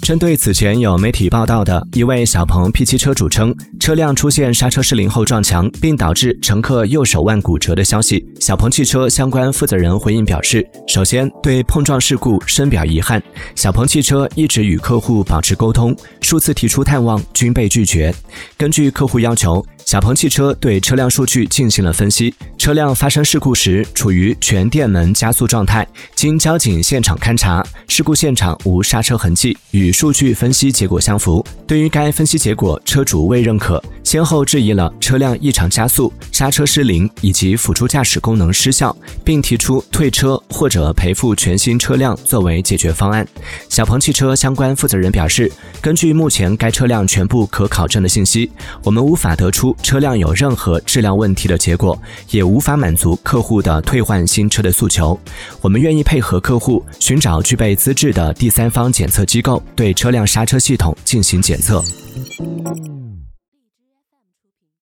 针对此前有媒体报道的一位小鹏 P7 车主称车辆出现刹车失灵后撞墙，并导致乘客右手腕骨折的消息，小鹏汽车相关负责人回应表示，首先对碰撞事故深表遗憾，小鹏汽车一直与客户保持沟通，数次提出探望均被拒绝。根据客户要求，小鹏汽车对车辆数据进行了分析，车辆发生事故时处于全电门加速状态，经交警现场勘查，事故现场无刹车痕迹，与数据分析结果相符。对于该分析结果，车主未认可，先后质疑了车辆异常加速、刹车失灵以及辅助驾驶功能失效，并提出退车或者赔付全新车辆作为解决方案。小鹏汽车相关负责人表示，根据目前该车辆全部可考证的信息，我们无法得出车辆有任何质量问题的结果，也无法满足客户的退换新车的诉求。我们愿意配合客户寻找具备资质的第三方检测机构，对车辆刹车系统进行检测。